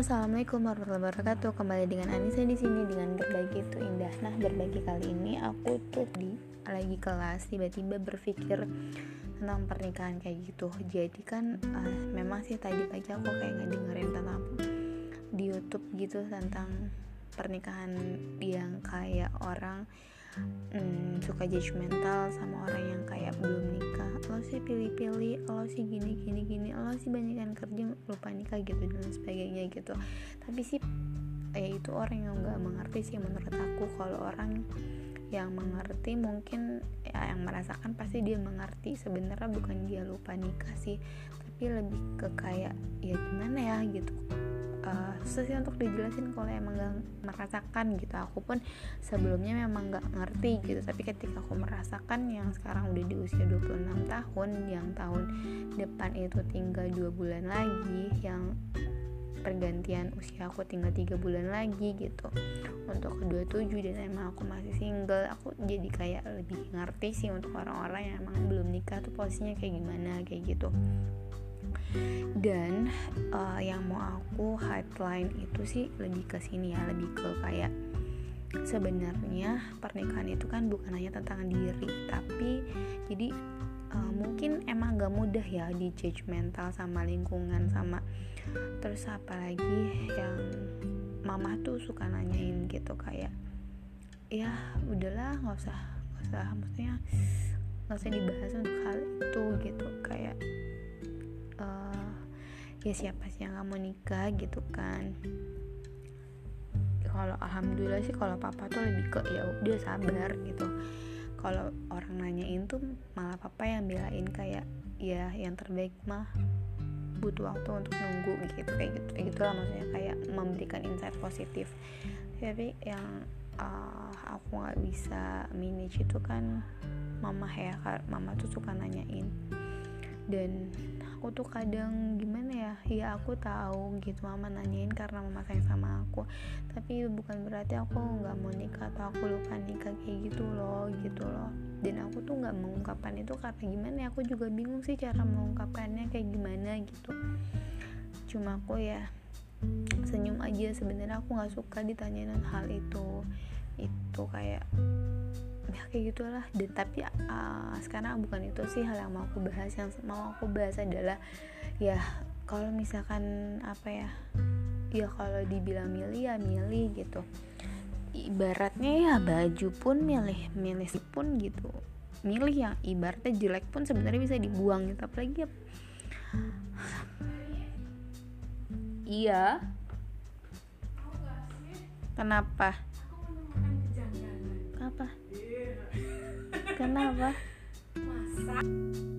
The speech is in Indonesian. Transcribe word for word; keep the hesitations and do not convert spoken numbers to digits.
Assalamualaikum warahmatullahi wabarakatuh. Kembali dengan Anissa di sini dengan berbagi itu indah. Nah, berbagi kali ini aku tuh di lagi kelas tiba-tiba berpikir tentang pernikahan kayak gitu. Jadi kan uh, memang sih tadi pagi aku kayak ngedengerin tentang di YouTube gitu tentang pernikahan yang kayak orang hmm, suka judgmental sama orang yang kayak belum nikah. Lo sih pilih-pilih, lo sih gini gini gini, lo sih banyakan kerja lupa nikah gitu dan sebagainya gitu. Tapi sih ya itu orang yang nggak mengerti sih menurut aku. Kalau orang yang mengerti mungkin ya, yang merasakan pasti dia mengerti. Sebenarnya bukan dia lupa nikah sih, tapi lebih ke kayak ya gimana ya gitu. Uh, susah sih untuk dijelasin kalau emang gak merasakan gitu. Aku pun sebelumnya memang gak ngerti gitu, tapi ketika aku merasakan yang sekarang udah di usia dua puluh enam tahun, yang tahun depan itu tinggal dua bulan lagi, yang pergantian usia aku tinggal tiga bulan lagi gitu untuk ke dua puluh tujuh, dan emang aku masih single. Aku jadi kayak lebih ngerti sih untuk orang-orang yang emang belum nikah tuh posisinya kayak gimana kayak gitu. Dan uh, yang mau aku headline itu sih lebih ke sini ya, lebih ke kayak sebenarnya pernikahan itu kan bukan hanya tentang diri, tapi jadi uh, mungkin emang gak mudah ya di judgmental sama lingkungan, sama terus apalagi yang mama tuh suka nanyain gitu kayak ya udahlah nggak usah nggak usah maksudnya nggak usah dibahas untuk hal itu gitu, kayak Uh, ya siapa sih yang gak mau nikah gitu kan. Kalau alhamdulillah sih kalau papa tuh lebih ke ya udah sabar gitu. Kalau orang nanyain tuh malah papa yang belain kayak ya yang terbaik mah butuh waktu untuk nunggu gitu, kayak gitu kayak gitulah, maksudnya kayak memberikan insight positif. Tapi yang uh, aku nggak bisa manage itu kan mama ya, mama tuh suka nanyain. Dan aku tuh kadang gimana ya, ya aku tahu gitu mama nanyain karena mama sayang sama aku, tapi itu bukan berarti aku nggak mau nikah atau aku lupa nikah kayak gitu loh gitu loh. Dan aku tuh nggak mengungkapkan itu karena gimana ya, aku juga bingung sih cara mengungkapkannya kayak gimana gitu. Cuma aku ya senyum aja. Sebenarnya aku nggak suka ditanyain hal itu itu kayak ya kayak gitulah. Dan tapi uh, sekarang bukan itu sih hal yang mau aku bahas. Yang mau aku bahas adalah ya kalau misalkan apa ya ya kalau dibilang milih ya milih gitu. Ibaratnya ya baju pun milih milih pun gitu, milih yang ibaratnya jelek pun sebenarnya bisa dibuang gitu. Apalagi ya iya kenapa apa Kenapa? Masa